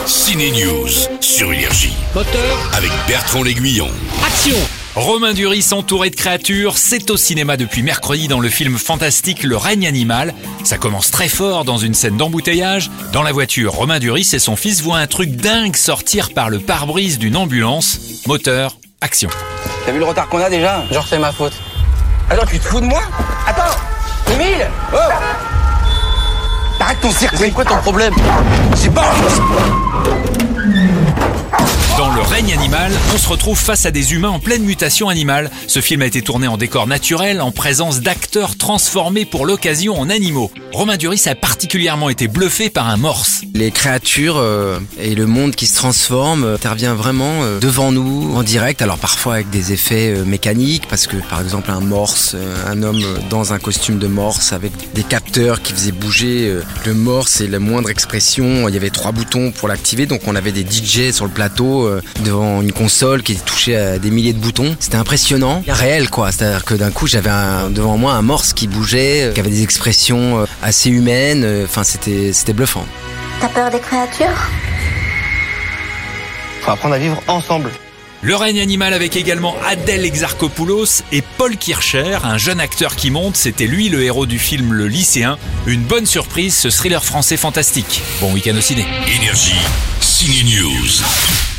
Ciné News sur Énergie Moteur, avec Bertrand L'Aiguillon. action! Romain Duris entouré de créatures, c'est au cinéma depuis mercredi dans le film fantastique Le règne animal. Ça commence très fort dans une scène d'embouteillage. Dans la voiture, Romain Duris et son fils voient un truc dingue sortir par le pare-brise d'une ambulance. Moteur, action. T'as vu le retard qu'on a déjà? Genre c'est ma faute. Attends, tu te fous de moi? Attends! Émile! Oh! Arrête ton cirque! C'est quoi ton problème? C'est pas... Dans Le règne animal, on se retrouve face à des humains en pleine mutation animale. Ce film a été tourné en décor naturel, en présence d'acteurs transformés pour l'occasion en animaux. Romain Duris a particulièrement été bluffé par un morse. Les créatures et le monde qui se transforme intervient vraiment devant nous en direct, alors parfois avec des effets mécaniques, parce que par exemple un morse, un homme dans un costume de morse avec des capteurs qui faisaient bouger le morse et la moindre expression, il y avait 3 boutons pour l'activer, donc on avait des DJ sur le plateau devant une console qui touchait à des milliers de boutons. C'était impressionnant, réel quoi, c'est-à-dire que d'un coup j'avais devant moi un morse qui bougeait, qui avait des expressions assez humaines, enfin c'était bluffant. T'as peur des créatures? Faut apprendre à vivre ensemble. Le règne animal avec également Adèle Exarchopoulos et Paul Kircher, un jeune acteur qui monte, c'était lui le héros du film Le Lycéen. Une bonne surprise, ce thriller français fantastique. Bon week-end au ciné. Énergie, Ciné News.